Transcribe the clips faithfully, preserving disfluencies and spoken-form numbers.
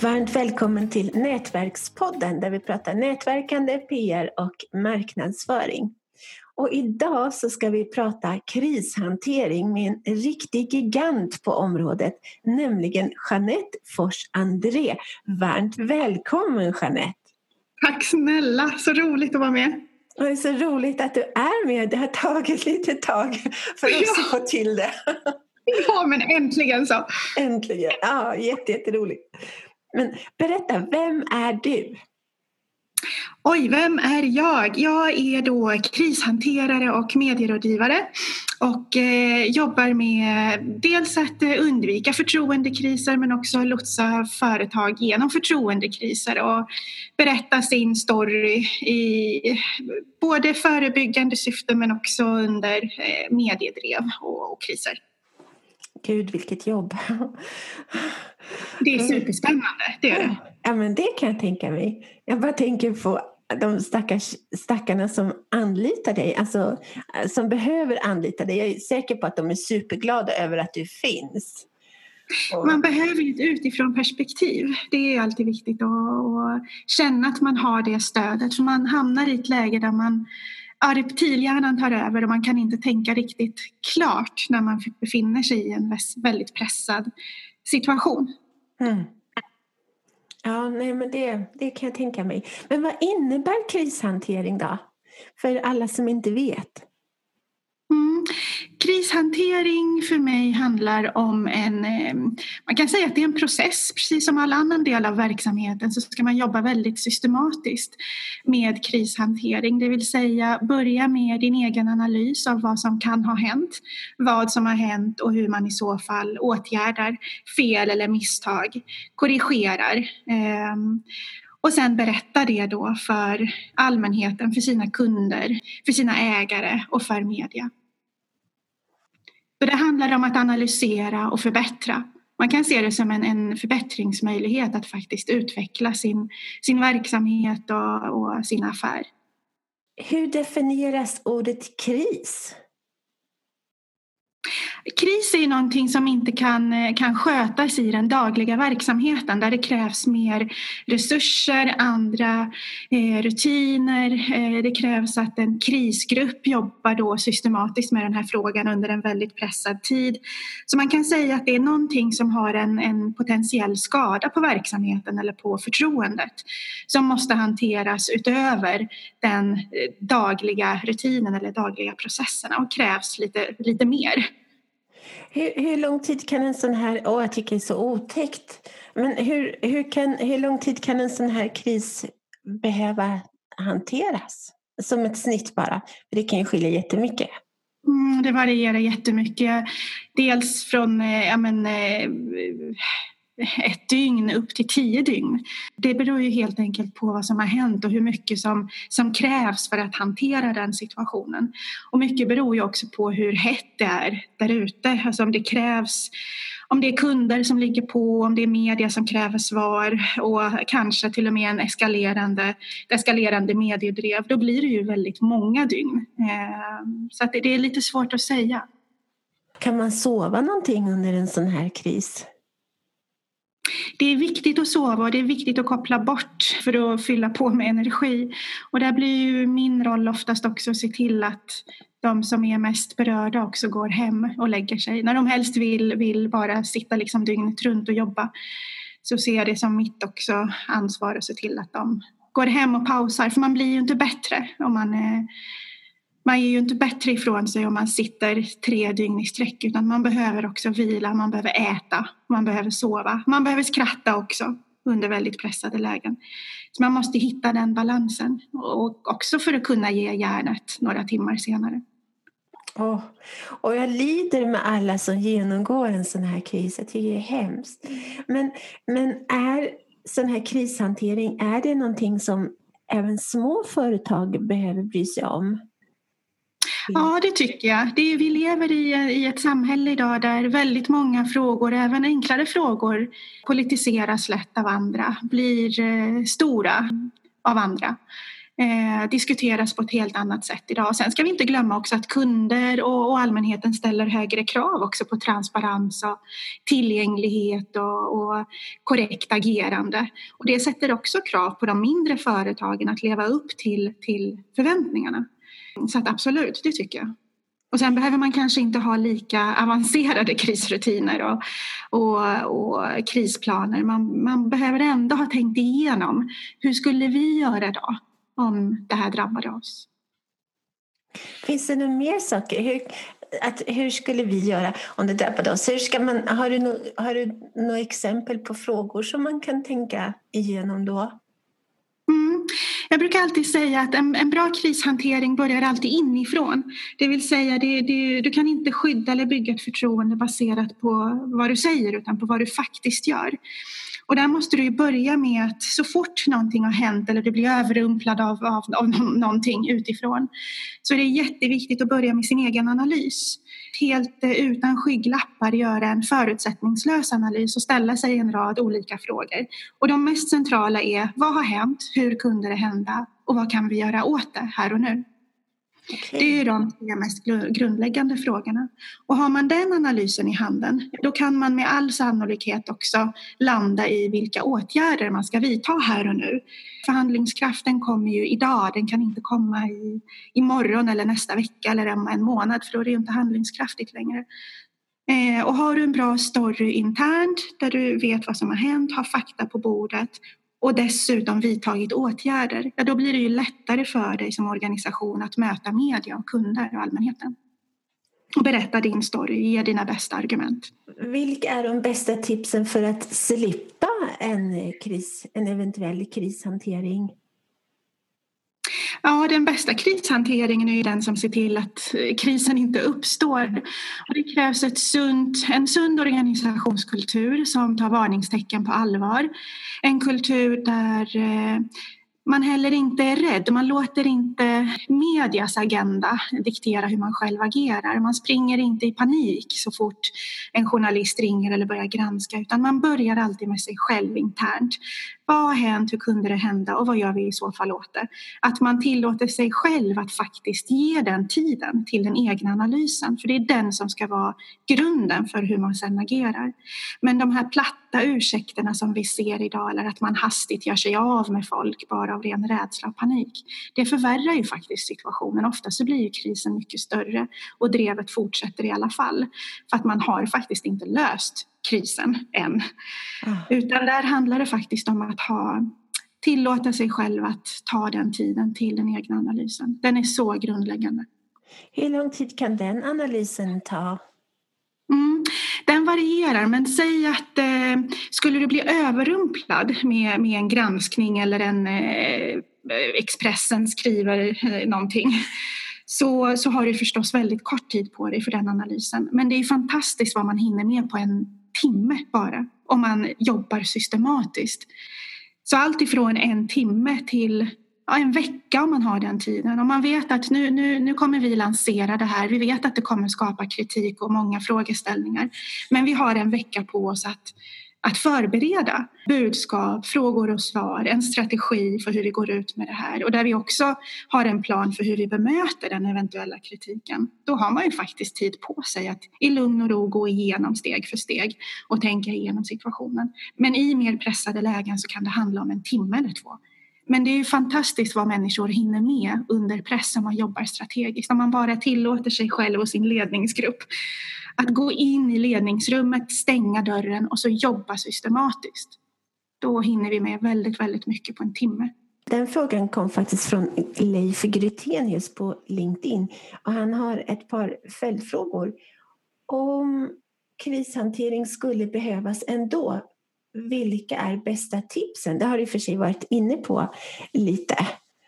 Varmt välkommen till Nätverkspodden där vi pratar nätverkande, P R och marknadsföring. Och idag så ska vi prata krishantering med en riktig gigant på området, nämligen Jeanette Fors André. Varmt välkommen Jeanette! Tack snälla, så roligt att vara med. Och det är så roligt att du är med. Det har tagit lite tag för oss ja. att få till det. Ja, men äntligen så. Äntligen, ja, jätte, jätteroligt. Men berätta, vem är du? Oj, vem är jag? Jag är då krishanterare och medierådgivare och eh, jobbar med dels att eh, undvika förtroendekriser men också lotsa företag genom förtroendekriser och berätta sin story i både förebyggande syfte men också under eh, mediedrev och, och kriser. Gud, vilket jobb. Det är superspännande, det är det. Ja, men det kan jag tänka mig. Jag bara tänker på de stackars, stackarna som anlitar dig, alltså som behöver anlita dig. Jag är säker på att de är superglada över att du finns. Och... Man behöver ju ett utifrån perspektiv. Det är alltid viktigt att, att känna att man har det stödet. För man hamnar i ett läge där man Ja, reptilhjärnan tar över och man kan inte tänka riktigt klart när man befinner sig i en väldigt pressad situation. Mm. Ja, nej, men det, det kan jag tänka mig. Men vad innebär krishantering då? För alla som inte vet. Mm. Krishantering för mig handlar om en, man kan säga att det är en process, precis som all annan del av verksamheten så ska man jobba väldigt systematiskt med krishantering, det vill säga börja med din egen analys av vad som kan ha hänt, vad som har hänt och hur man i så fall åtgärdar fel eller misstag, korrigerar och sen berätta det då för allmänheten, för sina kunder, för sina ägare och för media. Så det handlar om att analysera och förbättra. Man kan se det som en, en förbättringsmöjlighet att faktiskt utveckla sin, sin verksamhet och, och sin affär. Hur definieras ordet kris? Kris är någonting som inte kan, kan skötas i den dagliga verksamheten där det krävs mer resurser, andra eh, rutiner. Eh, det krävs att en krisgrupp jobbar då systematiskt med den här frågan under en väldigt pressad tid. Så man kan säga att det är någonting som har en, en potentiell skada på verksamheten eller på förtroendet som måste hanteras utöver den dagliga rutinen eller dagliga processerna och krävs lite, lite mer. Hur, hur lång tid kan en sån här, åh jag tycker det är så otäckt, men hur, hur, kan, hur lång tid kan en sån här kris behöva hanteras? Som ett snitt bara, för det kan ju skilja jättemycket. Mm, det varierar jättemycket, dels från ja, men, ett dygn upp till tio dygn. Det beror ju helt enkelt på vad som har hänt och hur mycket som, som krävs för att hantera den situationen. Och mycket beror ju också på hur hett det är där ute. Alltså om det krävs, om det är kunder som ligger på, om det är media som kräver svar och kanske till och med en eskalerande, eskalerande mediedrev. Då blir det ju väldigt många dygn. Så att det är lite svårt att säga. Kan man sova någonting under en sån här kris? Det är viktigt att sova och det är viktigt att koppla bort för att fylla på med energi. Och där blir ju min roll oftast också att se till att de som är mest berörda också går hem och lägger sig. När de helst vill, vill bara sitta liksom dygnet runt och jobba så ser jag det som mitt också ansvar att se till att de går hem och pausar. För man blir ju inte bättre om man är... Man är ju inte bättre ifrån sig om man sitter tre dygn i sträck utan man behöver också vila, man behöver äta, man behöver sova. Man behöver skratta också under väldigt pressade lägen. Så man måste hitta den balansen och också för att kunna ge hjärnet några timmar senare. Oh, och jag lider med alla som genomgår en sån här kris. Jag tycker det är hemskt. Men, men är sån här krishantering, är det någonting som även små företag behöver bry sig om? Ja, det tycker jag. Det är, vi lever i, i ett samhälle idag där väldigt många frågor, även enklare frågor, politiseras lätt av andra, blir eh, stora av andra. eh, diskuteras på ett helt annat sätt idag. Sen ska vi inte glömma också att kunder och, och allmänheten ställer högre krav också på transparens och tillgänglighet och, och korrekt agerande. Och det sätter också krav på de mindre företagen att leva upp till, till förväntningarna. Så att absolut, det tycker jag. Och sen behöver man kanske inte ha lika avancerade krisrutiner och, och, och krisplaner. Man, man behöver ändå ha tänkt igenom hur skulle vi göra då om det här drabbade oss. Finns det några mer saker? Hur, att, hur skulle vi göra om det drabbade oss? Hur ska man, har du no, har du några exempel på frågor som man kan tänka igenom då? Mm. Jag brukar alltid säga att en, en bra krishantering börjar alltid inifrån. Det vill säga det, det, du kan inte skydda eller bygga ett förtroende baserat på vad du säger utan på vad du faktiskt gör. Och där måste du ju börja med att så fort någonting har hänt eller du blir överrumplad av, av, av någonting utifrån så är det jätteviktigt att börja med sin egen analys. Helt utan skygglappar göra en förutsättningslös analys och ställa sig en rad olika frågor. Och de mest centrala är vad har hänt, hur kunde det hända och vad kan vi göra åt det här och nu? Okay. Det är ju de tre mest grundläggande frågorna. Och har man den analysen i handen då kan man med all sannolikhet också landa i vilka åtgärder man ska vidta här och nu. Förhandlingskraften kommer ju idag, den kan inte komma i, imorgon eller nästa vecka eller en, en månad för då är det ju inte handlingskraftigt längre. Eh, och har du en bra story internt där du vet vad som har hänt, har fakta på bordet och dessutom vidtagit åtgärder, ja, då blir det ju lättare för dig som organisation att möta media och kunder och allmänheten. Och berätta din story, ge dina bästa argument. Vilka är de bästa tipsen för att slippa en, kris, en eventuell krishantering? Ja, den bästa krishanteringen är ju den som ser till att krisen inte uppstår. Och det krävs ett sund, en sund organisationskultur som tar varningstecken på allvar. En kultur där eh, man heller inte är rädd. Man låter inte medias agenda diktera hur man själv agerar. Man springer inte i panik så fort en journalist ringer eller börjar granska. Utan man börjar alltid med sig själv internt. Vad har hänt? Hur kunde det hända? Och vad gör vi i så fall åt det? Att man tillåter sig själv att faktiskt ge den tiden till den egna analysen. För det är den som ska vara grunden för hur man sedan agerar. Men de här platta ursäkterna som vi ser idag, eller att man hastigt gör sig av med folk bara av ren rädsla och panik, det förvärrar ju faktiskt situationen. Ofta så blir ju krisen mycket större och drevet fortsätter i alla fall. För att man har faktiskt inte löst krisen än. Mm. Utan där handlar det faktiskt om att ha, tillåta sig själv att ta den tiden till den egna analysen. Den är så grundläggande. Hur lång tid kan den analysen ta? Mm, den varierar, men säg att eh, skulle du bli överrumplad med, med en granskning eller en eh, Expressen skriver eh, någonting, så, så har du förstås väldigt kort tid på dig för den analysen. Men det är fantastiskt vad man hinner med på en timme bara om man jobbar systematiskt. Så allt ifrån en timme till ja, en vecka om man har den tiden. Om man vet att nu, nu, nu kommer vi lansera det här. Vi vet att det kommer skapa kritik och många frågeställningar. Men vi har en vecka på oss att, att förbereda budskap, frågor och svar. En strategi för hur vi går ut med det här. Och där vi också har en plan för hur vi bemöter den eventuella kritiken. Då har man ju faktiskt tid på sig att i lugn och ro gå igenom steg för steg och tänka igenom situationen. Men i mer pressade lägen så kan det handla om en timme eller två. Men det är ju fantastiskt vad människor hinner med under press om man jobbar strategiskt. Om man bara tillåter sig själv och sin ledningsgrupp att gå in i ledningsrummet, stänga dörren och så jobba systematiskt. Då hinner vi med väldigt, väldigt mycket på en timme. Den frågan kom faktiskt från Leif Grytenius på LinkedIn. Och han har ett par följdfrågor. Om krishantering skulle behövas ändå, vilka är bästa tipsen? Det har du för sig varit inne på lite.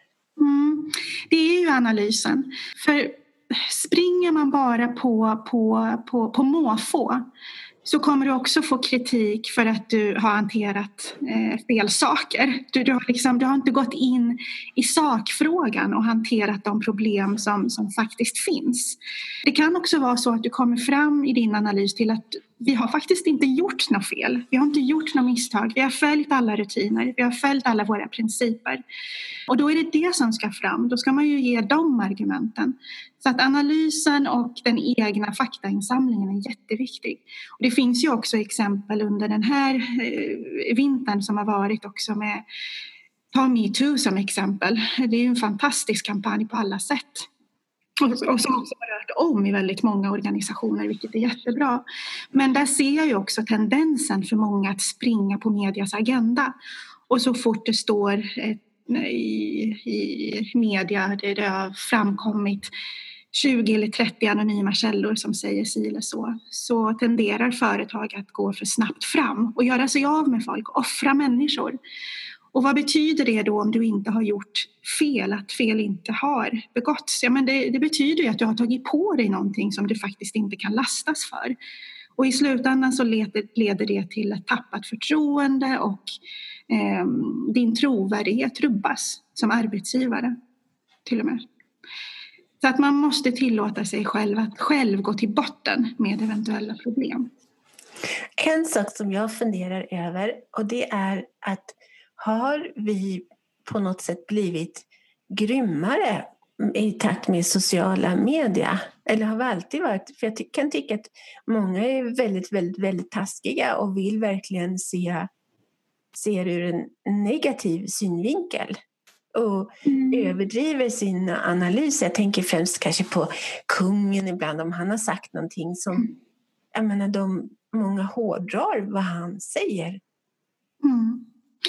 Mm, det är ju analysen. För springer man bara på, på, på, på måfå så kommer du också få kritik för att du har hanterat eh, fel saker. Du, du, har liksom, du har inte gått in i sakfrågan och hanterat de problem som, som faktiskt finns. Det kan också vara så att du kommer fram i din analys till att vi har faktiskt inte gjort något fel. Vi har inte gjort något misstag. Vi har följt alla rutiner. Vi har följt alla våra principer. Och då är det det som ska fram. Då ska man ju ge de argumenten. Så att analysen och den egna faktainsamlingen är jätteviktig. Och det finns ju också exempel under den här eh, vintern som har varit också med ta MeToo som exempel. Det är ju en fantastisk kampanj på alla sätt. Och som också har rört om i väldigt många organisationer, vilket är jättebra. Men där ser jag ju också tendensen för många att springa på medias agenda. Och så fort det står i, i media där det har framkommit tjugo eller trettio anonyma källor som säger si eller så, så tenderar företag att gå för snabbt fram och göra sig av med folk, offra människor. Och vad betyder det då om du inte har gjort fel, att fel inte har begåtts? Ja, men det, det betyder ju att du har tagit på dig någonting som du faktiskt inte kan lastas för. Och i slutändan så leder, leder det till ett tappat förtroende och eh, din trovärdighet rubbas som arbetsgivare till och med. Så att man måste tillåta sig själv att själv gå till botten med eventuella problem. En sak som jag funderar över, och det är att har vi på något sätt blivit grymmare i takt med sociala medier? Eller har vi alltid varit? För jag kan tycka att många är väldigt, väldigt, väldigt taskiga och vill verkligen se, se det ur en negativ synvinkel. Och mm. överdriver sin analys. Jag tänker främst kanske på kungen ibland, om han har sagt någonting som, mm. jag menar, de, många hårdrar vad han säger. Mm.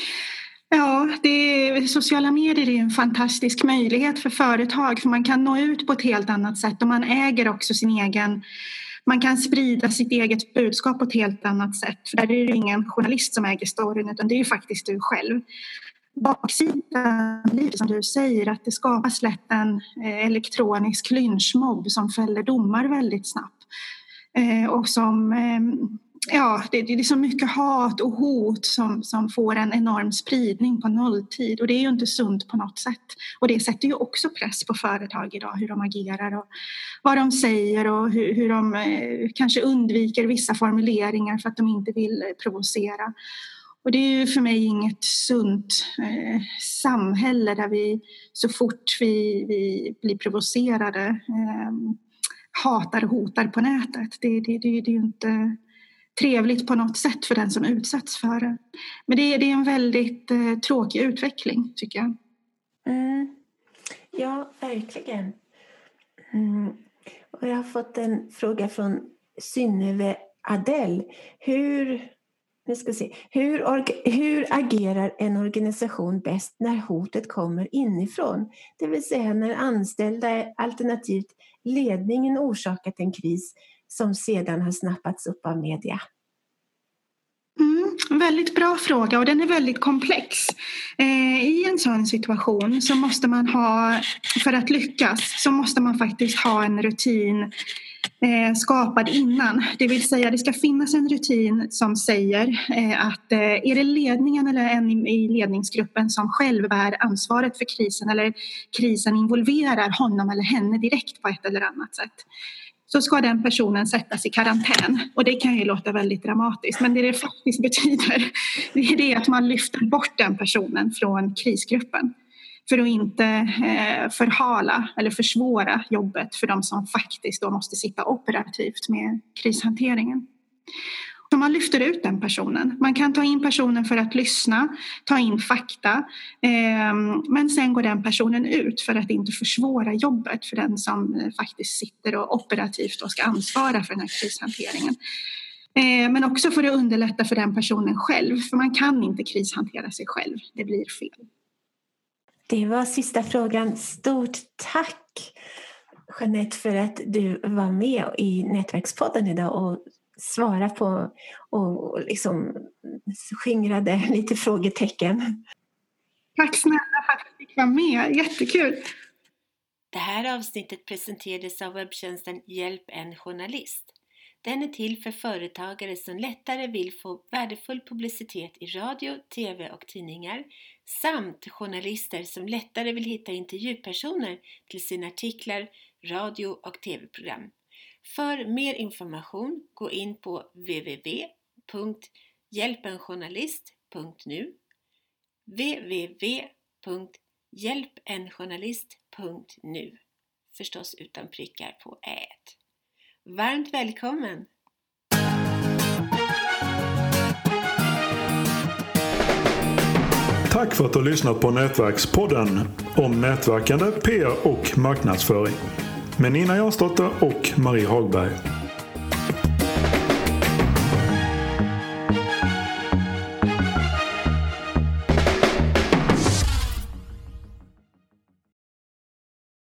Ja, det, sociala medier är en fantastisk möjlighet för företag, för man kan nå ut på ett helt annat sätt och man äger också sin egen, man kan sprida sitt eget budskap på ett helt annat sätt, för där är det ingen journalist som äger storyn, utan det är ju faktiskt du själv. Baksidan blir som du säger, att det skapas lätt en eh, elektronisk lynchmobb som fäller domar väldigt snabbt eh, och som eh, ja, det, det är så mycket hat och hot som, som får en enorm spridning på nolltid, och det är ju inte sunt på något sätt, och det sätter ju också press på företag idag, hur de agerar och vad de säger och hur, hur de eh, kanske undviker vissa formuleringar för att de inte vill eh, provocera. Och det är ju för mig inget sunt eh, samhälle där vi så fort vi, vi blir provocerade eh, hatar och hotar på nätet. Det, det, det, det är ju inte trevligt på något sätt för den som utsätts för det. Men det, det är en väldigt eh, tråkig utveckling, tycker jag. Mm. Ja, verkligen. Mm. Och jag har fått en fråga från Synnöve Adell. Hur... Nu ska se. Hur, orga, hur agerar en organisation bäst när hotet kommer inifrån? Det vill säga när anställda alternativt ledningen orsakat en kris som sedan har snappats upp av media. Mm, väldigt bra fråga, och den är väldigt komplex. Eh, I en sån situation så måste man ha, för att lyckas, så måste man faktiskt ha en rutin Eh, skapad innan. Det vill säga det ska finnas en rutin som säger eh, att eh, är det ledningen eller en i ledningsgruppen som själv bär ansvaret för krisen, eller krisen involverar honom eller henne direkt på ett eller annat sätt, så ska den personen sättas i karantän. Och det kan ju låta väldigt dramatiskt, men det det faktiskt betyder, det är det att man lyfter bort den personen från krisgruppen, för att inte eh, förhala eller försvåra jobbet för de som faktiskt då måste sitta operativt med krishanteringen. Så man lyfter ut den personen. Man kan ta in personen för att lyssna, ta in fakta, eh, men sen går den personen ut för att inte försvåra jobbet för den som eh, faktiskt sitter och operativt och ska ansvara för den här krishanteringen. Eh, men också för att underlätta för den personen själv, för man kan inte krishantera sig själv, det blir fel. Det var sista frågan. Stort tack, Jeanette, för att du var med i Nätverkspodden idag och svarade på och liksom skingrade lite frågetecken. Tack snälla för att jag fick vara med. Jättekul. Det här avsnittet presenterades av webbtjänsten Hjälp en journalist. Den är till för företagare som lättare vill få värdefull publicitet i radio, tv och tidningar, samt journalister som lättare vill hitta intervjupersoner till sina artiklar, radio- och tv-program. För mer information gå in på w w w punkt hjälp en journalist punkt nu w w w punkt hjälp en journalist punkt nu, förstås utan prickar på ät. Varmt välkommen! Tack för att du har lyssnat på Nätverkspodden om nätverkande, P R och marknadsföring med Nina Jansdotter och Marie Hagberg.